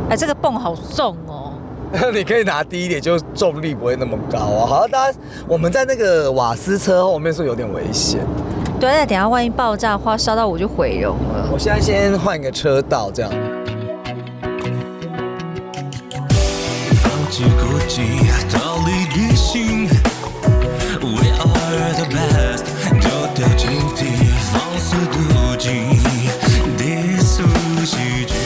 哎，这个泵好重哦。 你可以拿低一点，就重力不会那么高啊。好，大家，我们在那个瓦斯车后面是有点危险。 对，那等一下万一爆炸的话，烧到我就毁容了。 我现在先换一个车道，这样。放弃孤寂，逃离理性 ，We are the best， 丢掉警惕，放肆妒忌，低俗喜剧。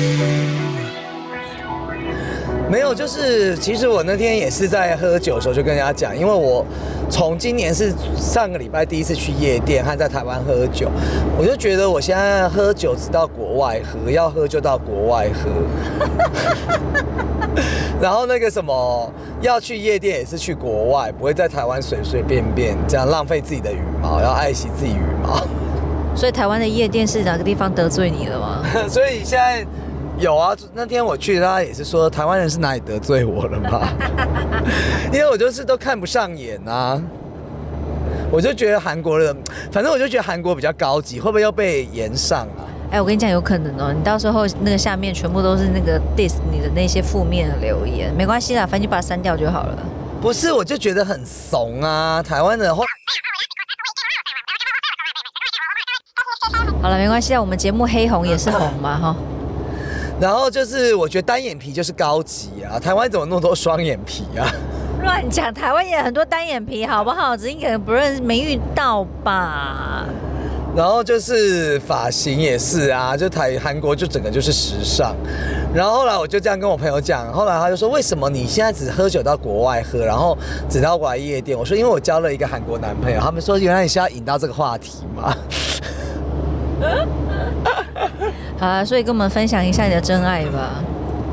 没有，就是其实我那天也是在喝酒的时候就跟人家讲，因为我从今年是上个礼拜第一次去夜店和在台湾喝酒，我就觉得我现在喝酒只到国外喝，要喝就到国外喝。然后那个什么要去夜店也是去国外，不会在台湾随随便便这样浪费自己的羽毛，要爱惜自己羽毛。 所以台湾的夜店是哪个地方得罪你了吗？ 所以现在。有啊，那天我去，他也是说台湾人是哪里得罪我了嘛？因为我就是都看不上眼啊，我就觉得韩国人，反正我就觉得韩国比较高级，会不会又被延上啊？ 哎，我跟你讲，有可能哦，你到时候那个下面全部都是那个 diss 你的那些负面的留言，没关系啦，反正就把它删掉就好了。 不是，我就觉得很怂啊，台湾人后。 好了，没关系啊，我们节目黑红也是红嘛，哈。 然后就是我觉得单眼皮就是高级啊，台湾怎么那么多双眼皮啊？ 乱讲，台湾也很多单眼皮，好不好？只是你可能不认识，没遇到吧。 然后就是发型也是啊，就韩国就整个就是时尚。然后后来我就这样跟我朋友讲，后来他就说：“为什么你现在只喝酒到国外喝，然后只到国外夜店？”我说：“因为我交了一个韩国男朋友。”他们说：“原来你是要引到这个话题吗？” 好啊，所以跟我们分享一下你的真爱吧。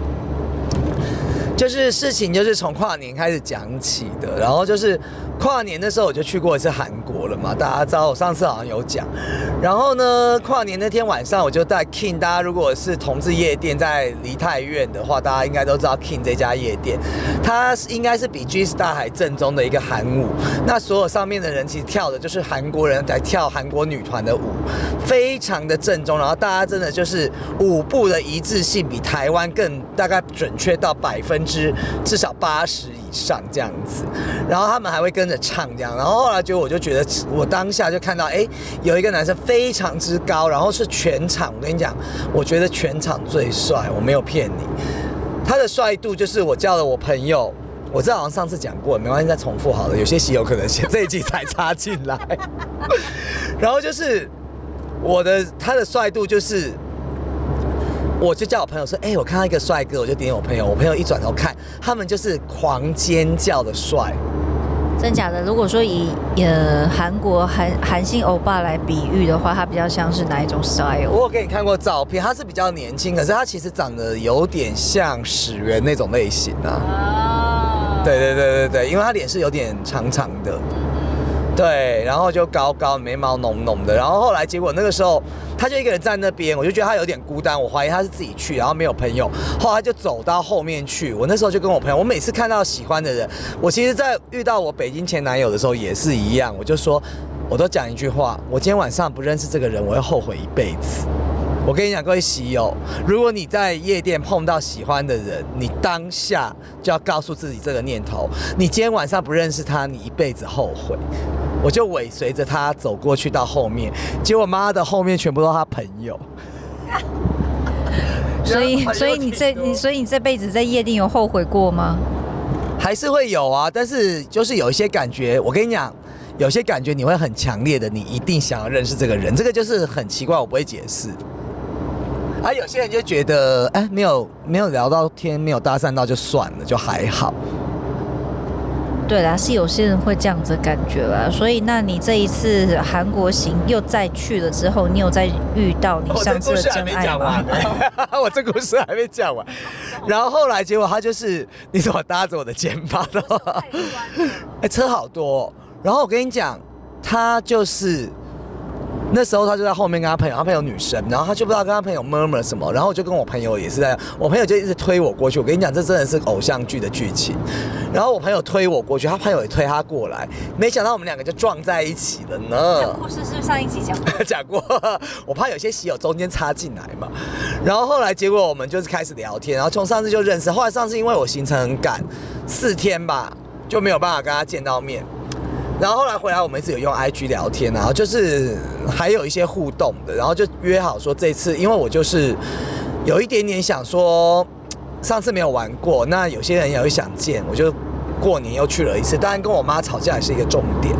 就是事情就是从跨年开始讲起的，然后就是跨年的时候我就去过一次韩国了嘛，大家知道我上次好像有讲。然后呢，跨年那天晚上我就带 King， 大家如果是同志夜店在梨泰院的话，大家应该都知道 King 这家夜店，它应该是比 G Star 还正宗的一个韩舞。那所有上面的人其实跳的就是韩国人来跳韩国女团的舞，非常的正宗。然后大家真的就是舞步的一致性比台湾更大概准确到至少80%以上这样子，然后他们还会跟着唱这样，然后后来我就觉得我当下就看到，有一个男生非常之高，然后是全场，我跟你讲，我觉得全场最帅，我没有骗你，他的帅度就是我叫了我朋友，我这好像上次讲过，没关系，再重复好了，有些戏有可能这一集才插进来，然后就是他的帅度就是。我就叫我朋友说，我看到一个帅哥，我就点我朋友，我朋友一转头看，他们就是狂尖叫的帅。 真假的？如果说以韩国韩星欧巴来比喻的话，他比较像是哪一种 style？ 我有给你看过照片，他是比较年轻，可是他其实长得有点像始源那种类型啊。对，因为他脸是有点长长的。对，然后就高高，眉毛浓浓的，然后后来结果那个时候他就一个人站那边，我就觉得他有点孤单，我怀疑他是自己去，然后没有朋友，后来他就走到后面去。我那时候就跟我朋友，我每次看到喜欢的人，我其实在遇到我北京前男友的时候也是一样，我就说，我都讲一句话，我今天晚上不认识这个人，我会后悔一辈子。我跟你讲，各位喜友，如果你在夜店碰到喜欢的人，你当下就要告诉自己这个念头，你今天晚上不认识他，你一辈子后悔。我就尾随着他走过去到后面，结果妈的后面全部都是他朋友。 所以你这辈子在夜店有后悔过吗？ 还是会有啊，但是就是有一些感觉，我跟你讲，有些感觉你会很强烈的，你一定想要认识这个人，这个就是很奇怪，我不会解释。有些人就觉得，没有聊到天，没有搭讪到就算了，就还好。 对啦，是有些人会这样子的感觉啦，所以那你这一次韩国行又再去了之后，你有再遇到你上次的真爱吗？ 我这故事还没讲完，然后后来结果他就是你怎么搭着我的肩膀的？车好多，然后我跟你讲，他就是那时候他就在后面跟他朋友，他朋友女生，然后他就不知道跟他朋友 murmur 什么，然后我就跟我朋友也是在，我朋友就一直推我过去。我跟你讲，这真的是偶像剧的剧情。然后我朋友推我过去，他朋友也推他过来，没想到我们两个就撞在一起了呢。 这故事是不是上一集讲过？ 讲过，我怕有些喜友中间插进来嘛。然后后来结果我们就是开始聊天，然后从上次就认识，后来上次因为我行程很赶，4天吧就没有办法跟他见到面。然后后来回来，我们一直有用 IG 聊天，然后就是还有一些互动的，然后就约好说这次，因为我就是有一点点想说，上次没有玩过，那有些人也会想见，我就过年又去了一次，当然跟我妈吵架也是一个重点。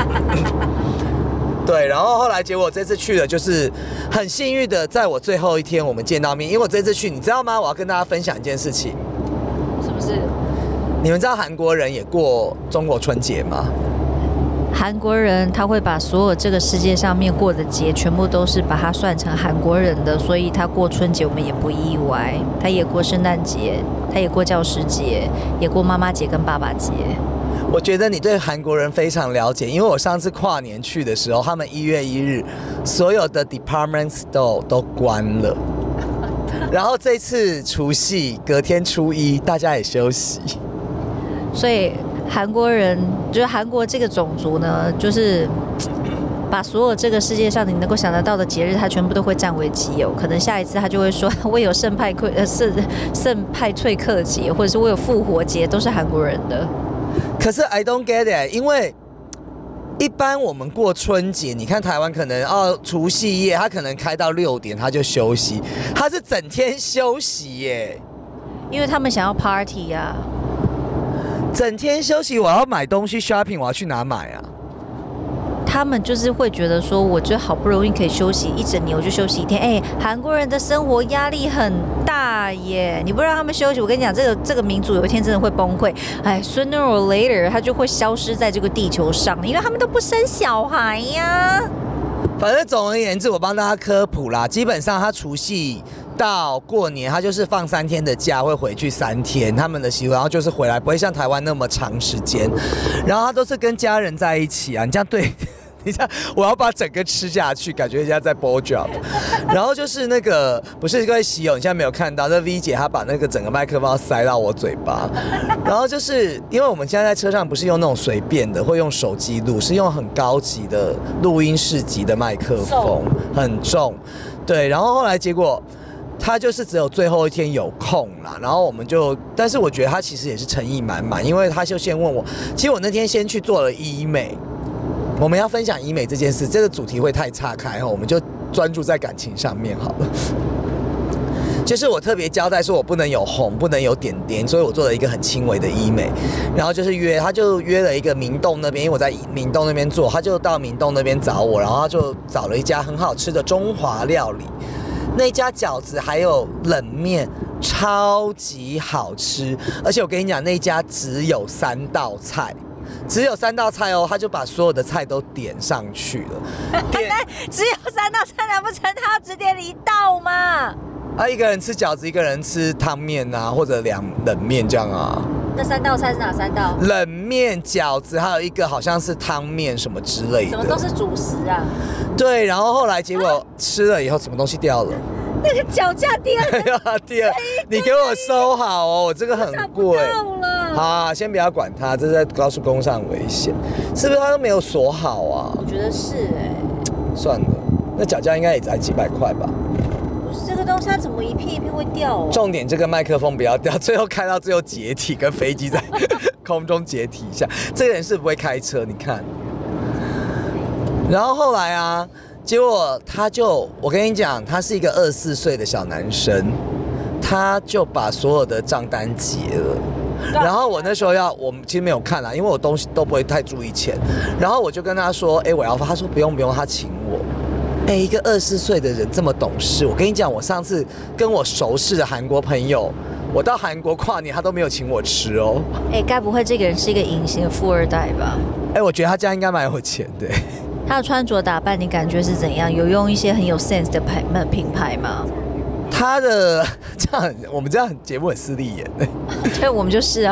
对，然后后来结果这次去了，就是很幸运的，在我最后一天我们见到面，因为我这次去，你知道吗？我要跟大家分享一件事情。 是不是？ 你们知道韩国人也过中国春节吗？ 韩国人他会把所有这个世界上面过的节全部都是把它算成韩国人的，所以他过春节我们也不意外，他也过圣诞节，他也过教师节，也过妈妈节跟爸爸节。 我觉得你对韩国人非常了解，因为我上次跨年去的时候，他们1月1日所有的 department store 都关了，然后这次除夕隔天初一大家也休息， 所以韩国人就是韩国这个种族呢，就是把所有这个世界上你能够想得到的节日，他全部都会占为己有。可能下一次他就会说，我有圣派翠克节，或者是我有复活节，都是韩国人的。 可是 I don't get it， 因为一般我们过春节，你看台湾可能除夕夜他可能开到6点他就休息，他是整天休息耶， 因为他们想要 party 啊。 整天休息，我要买东西 shopping， 我要去哪买啊？ 他们就是会觉得说，我就好不容易可以休息一整年，我就休息1天。韩国人的生活压力很大耶，你不让他们休息，我跟你讲，这个民族有一天真的会崩溃。sooner or later， 他就会消失在这个地球上，因为他们都不生小孩呀。 反正总而言之，我帮大家科普啦，基本上他除夕到过年，他就是放3天的假，会回去3天，他们的习惯，然后就是回来，不会像台湾那么长时间。然后他都是跟家人在一起啊，你这样对，你这样我要把整个吃下去，感觉人家在 ball drop。然后就是那个不是各位喜友，你现在没有看到，那 V 姐她把那个整个麦克风塞到我嘴巴，然后就是因为我们现在在车上不是用那种随便的，会用手机录，是用很高级的录音室级的麦克风，很重，对。然后后来结果。他就是只有最后一天有空啦，然后我们就，但是我觉得他其实也是诚意满满，因为他就先问我，其实我那天先去做了医美，我们要分享医美这件事，这个主题会太岔开，我们就专注在感情上面好了。就是我特别交代说我不能有红，不能有点点，所以我做了一个很轻微的医美，然后就是他就约了一个明洞那边，因为我在明洞那边做，他就到明洞那边找我，然后他就找了一家很好吃的中华料理。那家饺子还有冷面超级好吃，而且我跟你讲，那家只有3道菜，只有3道菜哦，他就把所有的菜都点上去了。 只有3道菜，难不成他要只点1道吗？ 一个人吃饺子，一个人吃汤面啊，或者2冷面这样啊。 那3道菜是哪3道？ 冷面、饺子，还有一个好像是汤面什么之类的。 什么都是主食啊？ 对，然后后来结果吃了以后，什么东西掉了？ 那个脚架掉了。 你给我收好哦，我这个很贵。好，先不要管它，这是在高速公路上危险，是不是它都没有锁好啊？ 我觉得是算了，那脚架应该也才几百块吧。 这个东西它怎么一片一片会掉重点这个麦克风不要掉，最后开到最后解体，跟飞机在空中解体一下。这个人是不会开车，你看。然后后来啊，结果我跟你讲，他是一个24岁的小男生，他就把所有的账单结了。然后我那时候我其实没有看啦，因为我东西都不会太注意钱。然后我就跟他说，我要发，他说不用，他请我。一个24岁的人这么懂事，我跟你讲，我上次跟我熟识的韩国朋友，我到韩国跨年，他都没有请我吃哦。 该不会这个人是一个隐形的富二代吧？ 我觉得他家应该蛮有钱的。 他的穿着打扮，你感觉是怎样？有用一些很有 sense 的品牌吗？ 他的这样，我们这样节目很势利眼。 对，我们就是啊。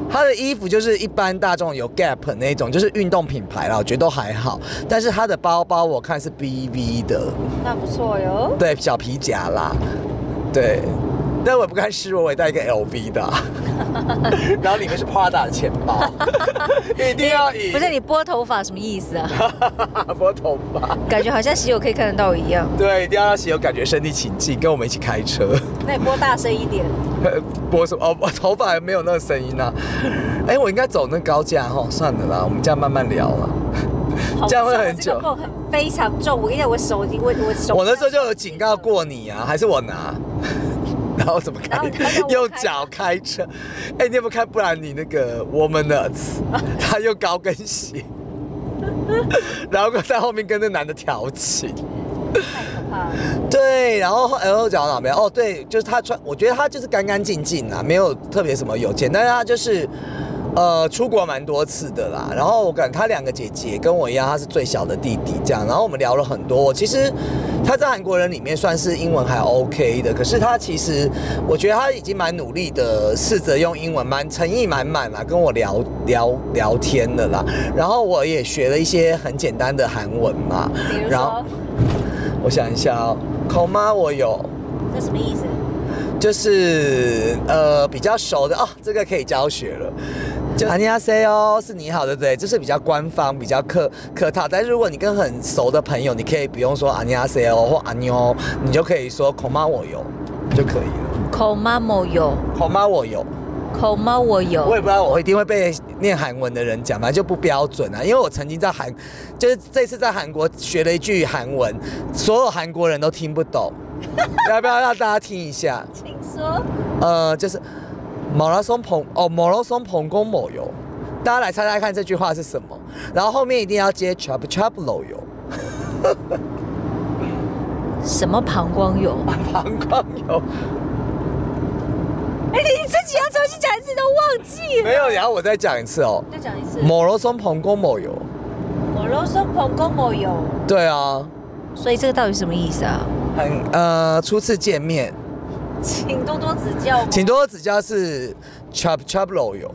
他的衣服就是一般大众有 Gap 那种，就是运动品牌啦，我觉得都还好。但是他的包包我看是 BV 的， 那不错哟。 对，小皮夹啦，对。但我也不敢示弱，我也带一个 LV 的、啊，然后里面是 Prada 的钱包，一定要赢。 不是你拨头发什么意思啊？ 拨头发， 感觉好像喜友可以看得到一样。 对，一定要让喜友感觉身临其境，跟我们一起开车。 那你拨大声一点。 拨什么？哦，头发还没有那个声音啊。哎，我应该走那高架哈，算了啦，我们这样慢慢聊了。这样会很久。这个很非常重，我跟你讲，我手已经我手。 我那时候就有警告过你啊，还是我拿？然后怎么开？用脚开车。哎，你有没有看布兰妮那个 Woman's？ 他用高跟鞋，然后在后面跟那男的调情。 太可怕了。 对，然后讲到哪边？哦，对，就是他穿，我觉得他就是干干净净啊，没有特别什么有钱，但是他就是出国蛮多次的啦。然后我感觉他2个姐姐跟我一样，他是最小的弟弟这样。然后我们聊了很多，其实他在韩国人里面算是英文还 OK 的，可是他其实我觉得他已经蛮努力的，试着用英文蛮诚意满满啦，跟我聊天的啦。然后我也学了一些很简单的韩文嘛，然后我想一下哦，口妈我有， 这什么意思？ 就是比较熟的哦，这个可以教学了。就안녕하세요是你好，对不对？这是比较官方、比较客套。但是如果你跟很熟的朋友，你可以不用说안녕하세요或안녕，你就可以说口妈我有就可以了。 口妈我有， 口妈我有。 口妈我有， 我也不知道我一定会被念韩文的人讲，反正就不标准啊。因为我曾经在就是这次在韩国学了一句韩文，所有韩国人都听不懂。要不要让大家听一下？ 请说。 就是马拉松棚公某油，大家来猜猜看这句话是什么？然后后面一定要接 chop chop 漏油。 什么膀胱油？ 膀胱油。 哎，你自己要重新讲一次都忘记了。 没有，然后我再讲一次哦。 再讲一次。 马拉松棚公某油。 马拉松棚公某油。对啊。 所以这个到底什么意思啊？ 初次见面， 请多多指教。 请多多指教是 chop chop 漏油。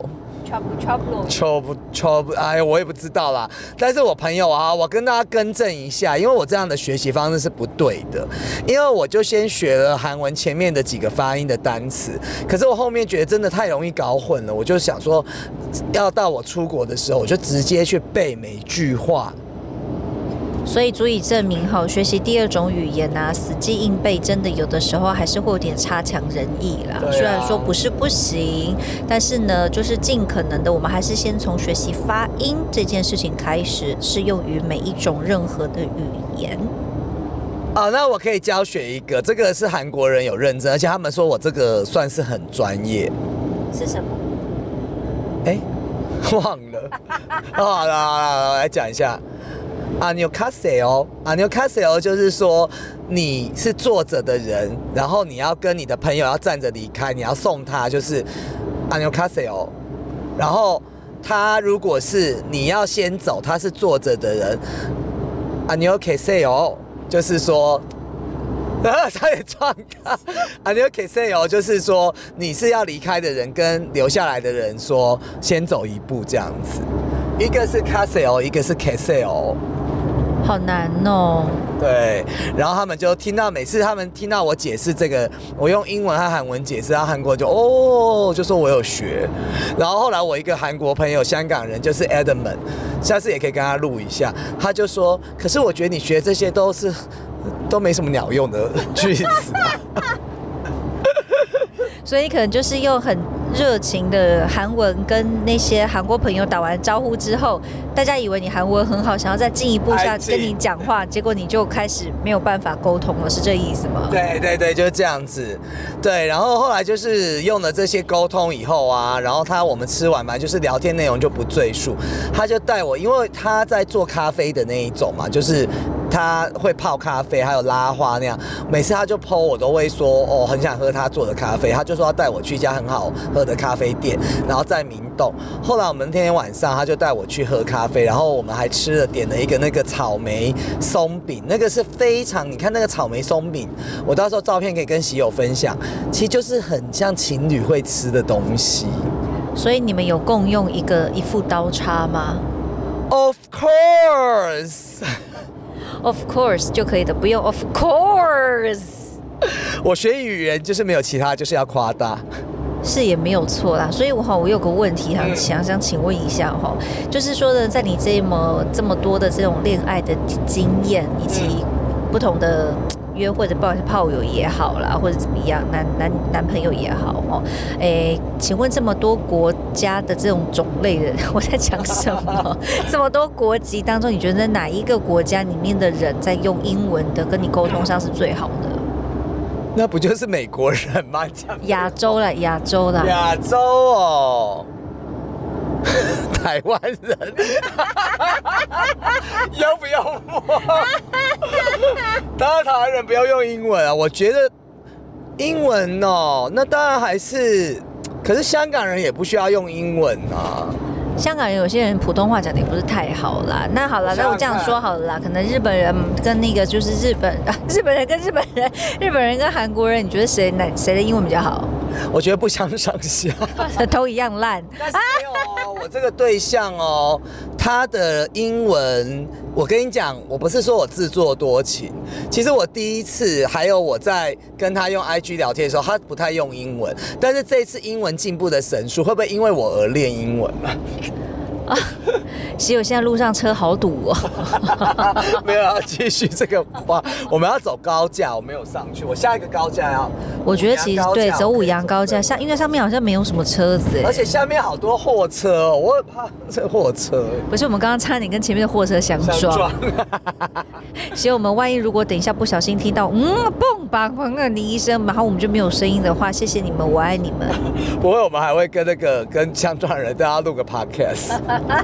哎，我也不知道啦。但是我朋友啊，我跟大家更正一下，因为我这样的学习方式是不对的。因为我就先学了韩文前面的几个发音的单词，可是我后面觉得真的太容易搞混了，我就想说，要到我出国的时候，我就直接去背每句话。 所以足以证明哈，学习第2种语言啊，死记硬背，真的有的时候还是会有点差强人意啦。虽然说不是不行，但是呢，就是尽可能的，我们还是先从学习发音这件事情开始，适用于每一种任何的语言。 那我可以教学一个，这个是韩国人有认证，而且他们说我这个算是很专业。 是什么？ 哎，忘了。好了，来讲一下。안녕하세요就是说你是坐着的人，然后你要跟你的朋友要站着离开，你要送他，就是안녕하세요。然后他如果是你要先走，他是坐着的人，안녕하세요就是说，差点撞到。안녕하세요就是说你是要离开的人跟留下来的人说先走一步这样子。一个是카세요，一个是케세요。 好难哦。 对，然后他们就听到，每次他们听到我解释这个，我用英文和韩文解释，然后韩国就说我有学。然后后来我一个韩国朋友，香港人，就是 Edmund， 下次也可以跟他录一下，他就说，可是我觉得你学这些都没什么鸟用的句子。 所以可能就是用很热情的韩文跟那些韩国朋友打完招呼之后，大家以为你韩文很好，想要再进一步下跟你讲话，结果你就开始没有办法沟通了，是这意思吗？ 对，就是这样子。对，然后后来就是用了这些沟通以后啊，然后我们吃完嘛，就是聊天内容就不赘述，他就带我，因为他在做咖啡的那一种嘛，就是他会泡咖啡，还有拉花那样。每次他就 po， 我都会说很想喝他做的咖啡，他就说要带我去一家很好喝的咖啡店，然后在明洞。后来我们那天晚上他就带我去喝咖啡，然后我们还点了一个那个草莓松饼，那个是非常，你看那个草莓松饼，我到时候照片可以跟喜友分享，其实就是很像情侣会吃的东西。 所以你们有共用一副刀叉吗 ？Of course ，Of course 就可以的，不用 Of course。 我学语言就是没有其他，就是要夸大。 是也没有错啦，所以我有个问题想请问一下哈，就是说呢，在你这么多的这种恋爱的经验，以及不同的约会的，不管是炮友也好啦，或者怎么样，男朋友也好哈，请问这么多国家的这种种类的，我在讲什么？这么多国籍当中，你觉得哪一个国家里面的人在用英文的跟你沟通上是最好的？ 那不就是美国人吗？ 亚洲啦。 亚洲哦，台湾人，要不要我？当然台湾人不要用英文啊，我觉得英文哦，那当然还是，可是香港人也不需要用英文啊。 香港人有些人普通话讲的也不是太好啦。那好了，那我这样说好了啦，可能日本人跟那个就是日本人跟日本人跟韩国人，你觉得谁的英文比较好？ 我觉得不相上下， 都一样烂。 但是没有哦，我这个对象哦，他的英文，我跟你讲，我不是说我自作多情，其实我第一次还有我在跟他用 IG 聊天的时候，他不太用英文，但是这一次英文进步的神速，会不会因为我而练英文啊？ 其实我现在路上车好堵哦。 没有要继续这个话，我们要走高架，我没有上去，我下一个高架要。 我觉得其实对，走五羊高架，因为上面好像没有什么车子哎， 而且下面好多货车哦，我很怕这货车。 不是，我们刚刚差点跟前面的货车相撞。所以我们万一如果等一下不小心听到蹦吧的一声，然后我们就没有声音的话，谢谢你们，我爱你们。 不会，我们还会跟相撞人大家录个 podcast。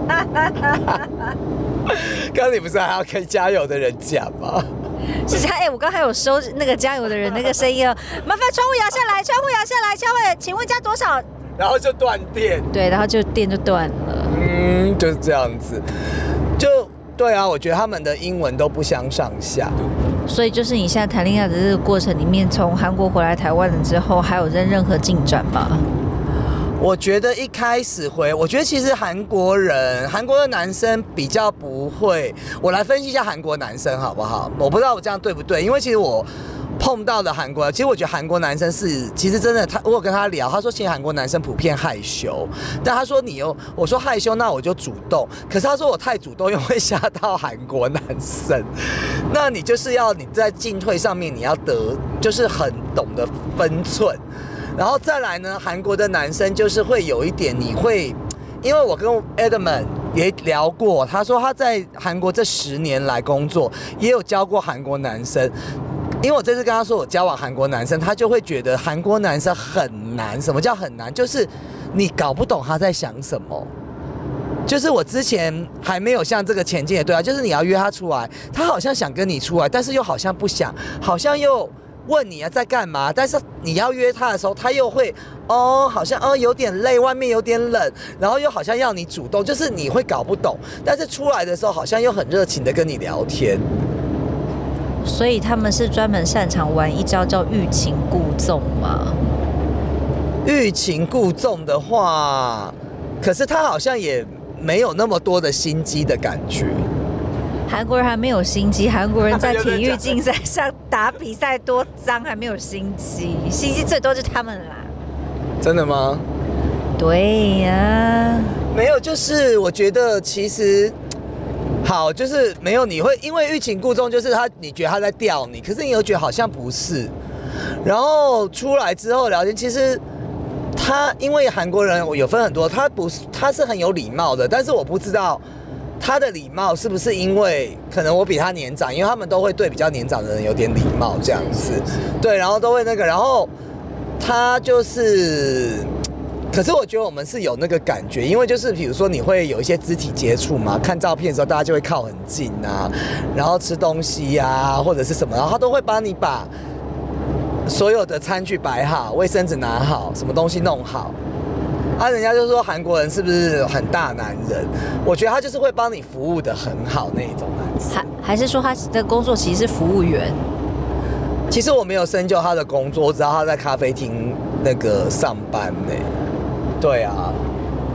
刚刚你不是还要跟加油的人讲吗？ 是这样，我刚还有收那个加油的人那个声音哦，麻烦窗户摇下来，请问加多少？ 然后就断电。 对，然后电就断了。 就是这样子。就对啊，我觉得他们的英文都不相上下。 所以就是你现在谈恋爱的这个过程里面，从韩国回来台湾了之后，还有任何进展吗？ 我觉得一开始我觉得其实韩国的男生比较不会。我来分析一下韩国男生好不好？我不知道我这样对不对，因为其实我碰到的韩国，其实我觉得韩国男生是，其实真的，我有跟他聊，他说其实韩国男生普遍害羞，但他说我说害羞，那我就主动，可是他说我太主动又会吓到韩国男生，那你就是你在进退上面你要就是很懂得分寸。然后再来呢，韩国的男生就是会有一点，因为我跟 Edmund 也聊过，他说他在韩国这10年来工作，也有教过韩国男生。因为我这次跟他说我交往韩国男生，他就会觉得韩国男生很难。什么叫很难？就是你搞不懂他在想什么。就是我之前还没有像这个前进的对啊，就是你要约他出来，他好像想跟你出来，但是又好像不想，好像又问你在干嘛，但是你要约他的时候，他又会好像有点累，外面有点冷，然后又好像要你主动，就是你会搞不懂，但是出来的时候好像又很热情的跟你聊天。 所以他们是专门擅长玩一招叫欲擒故纵吗？ 欲擒故纵的话，可是他好像也没有那么多的心机的感觉。 韩国人还没有心机，韩国人在体育竞赛上打比赛多脏，还没有心机，心机最多就是他们啦。 真的吗？ 对呀， 没有，就是我觉得其实好，就是没有你会因为欲擒故纵，就是你觉得他在钓你，可是你又觉得好像不是。然后出来之后聊天，其实因为韩国人有分很多，他是很有礼貌的，但是我不知道他的礼貌是不是因为可能我比他年长，因为他们都会对比较年长的人有点礼貌这样子，对，然后都会然后他就是，可是我觉得我们是有那个感觉，因为就是比如说你会有一些肢体接触嘛，看照片的时候大家就会靠很近啊，然后吃东西啊或者是什么，然后他都会帮你把所有的餐具摆好，卫生纸拿好，什么东西弄好。人家就说韩国人是不是很大男人？我觉得他就是会帮你服务的很好那一种男生。 还是说他的工作其实是服务员？ 其实我没有深究他的工作，我知道他在咖啡厅上班呢。对啊，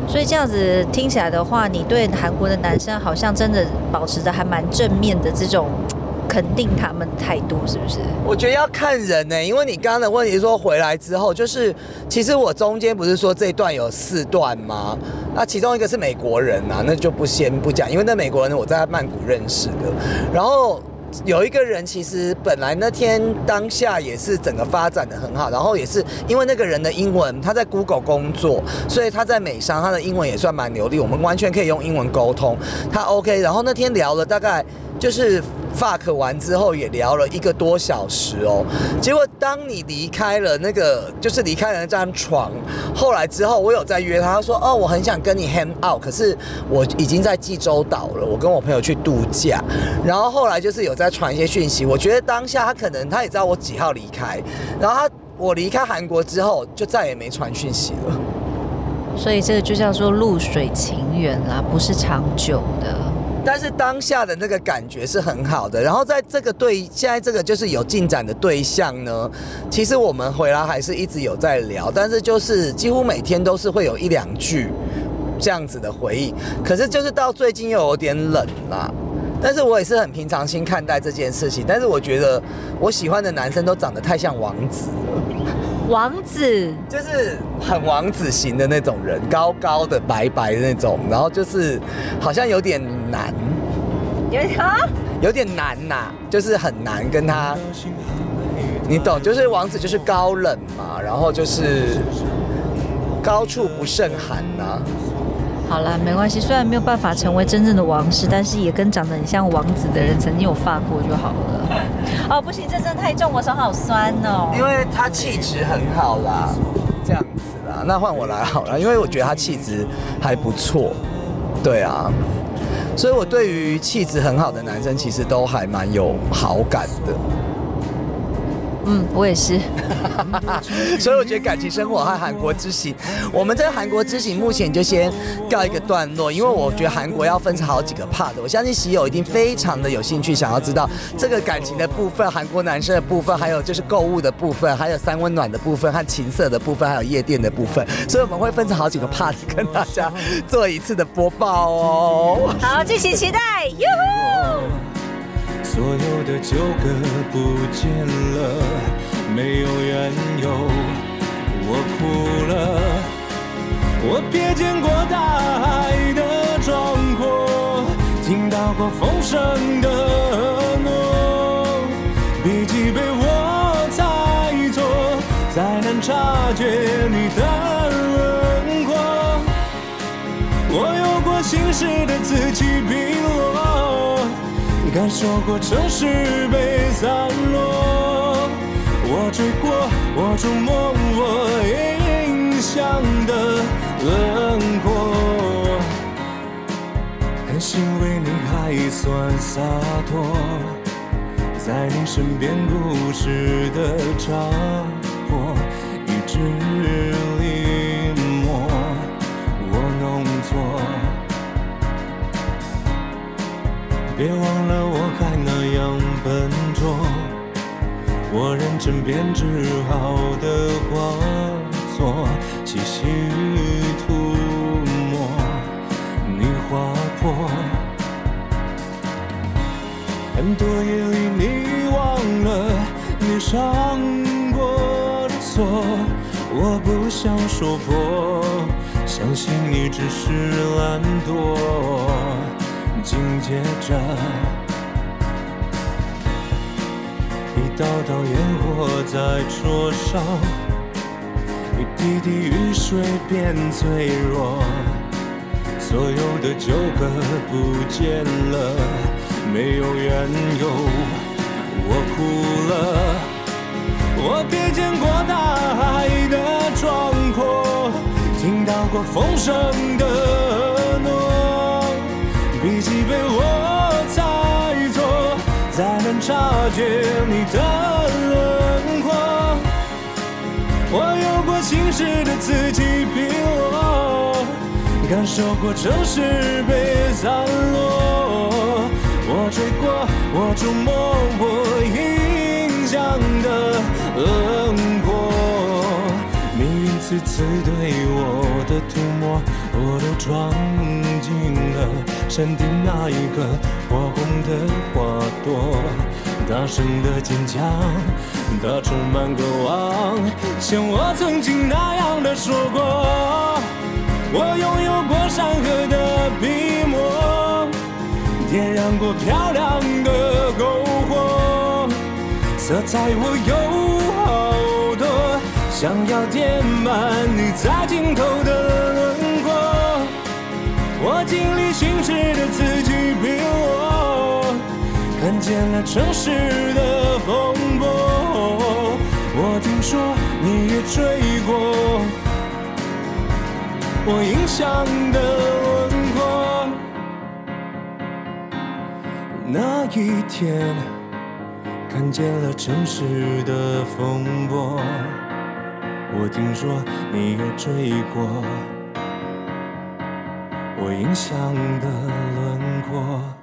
所以这样子听起来的话，你对韩国的男生好像真的保持着还蛮正面的这种肯定他们的态度，是不是？ 我觉得要看人呢、因为你刚刚的问题说回来之后，就是其实我中间不是说这一段有4段吗？那其中一个是美国人啊，那就先不讲，因为那美国人我在曼谷认识的，然后。有一个人其实本来那天当下也是整个发展的很好，然后也是因为那个人的英文，他在 Google 工作，所以他在美商他的英文也算蛮流利，我们完全可以用英文沟通，他 OK。然后那天聊了大概就是fuck 完之后也聊了1个多小时哦，结果当你离开了那个就是离开了那张床，后来之后我有在约他，他说哦我很想跟你 hang out， 可是我已经在济州岛了，我跟我朋友去度假，然后后来就是有在传一些讯息，我觉得当下他可能他也知道我几号离开，然后我离开韩国之后就再也没传讯息了， 所以这个就叫做露水情缘啦，不是长久的。 但是当下的那个感觉是很好的，然后在这个现在这个就是有进展的对象呢，其实我们回来还是一直有在聊，但是就是几乎每天都是会有1、2句这样子的回应，可是就是到最近又有点冷啦。但是我也是很平常心看待这件事情，但是我觉得我喜欢的男生都长得太像王子了。 王子就是很王子型的那种人，高高的、白白的那种，然后就是好像有点难，有点难呐、就是很难跟他，你懂？就是王子就是高冷嘛，然后就是高处不胜寒呐、 好啦，没关系，虽然没有办法成为真正的王室，但是也跟长得很像王子的人曾经有发过就好了。哦，不行，这真的太重，我手好酸哦。 因为他气质很好啦，这样子啦。那换我来好了，因为我觉得他气质还不错，对啊，所以我对于气质很好的男生其实都还蛮有好感的。 我也是。 所以我觉得感情生活和韩国之行，我们这个韩国之行目前就先告一个段落，因为我觉得韩国要分成好几个 part， 我相信喜友一定非常的有兴趣，想要知道这个感情的部分、韩国男生的部分，还有就是购物的部分，还有三温暖的部分和情色的部分，还有夜店的部分，所以我们会分成好几个 part 跟大家做一次的播报哦。 好，敬请期待，哟呼！ 所有的纠葛不见了，没有缘由，我哭了。我瞥见过大海的壮阔，听到过风声的诺，笔记被我猜错，再难察觉你的轮廓。我有过心事的此起彼落，感受过城市被散落，我追过，我触摸我印象的轮廓，很欣慰你还算洒脱，在你身边故事的掌握，一直临摹我弄错。别忘了我还那样笨拙，我认真编织好的画作，细细涂抹你划破。很多夜里你忘了你伤过的错，我不想说破，相信你只是懒惰。紧接着，一道道烟火在灼烧，一滴滴雨水变脆弱，所有的纠葛不见了，没有缘由，我哭了。我瞥见过大海的壮阔，听到过风声的诺，笔记被我猜错，再难察觉你的轮廓。我有过心事的此起彼落，感受过城市被散落。我追过，我触摸我印象的轮廓，命运次次对我的涂抹，我都装进了山顶那一颗火红的花朵，大声的坚强，它充满渴望，像我曾经那样的说过。我拥有过山河的笔墨，点燃过漂亮的篝火，色彩我有好多，想要填满你在尽头的轮廓。我尽力行驶的自己比我看见了城市的风波。我听说你也追过我印象的轮廓。那一天看见了城市的风波，我听说你也追过我印象的轮廓。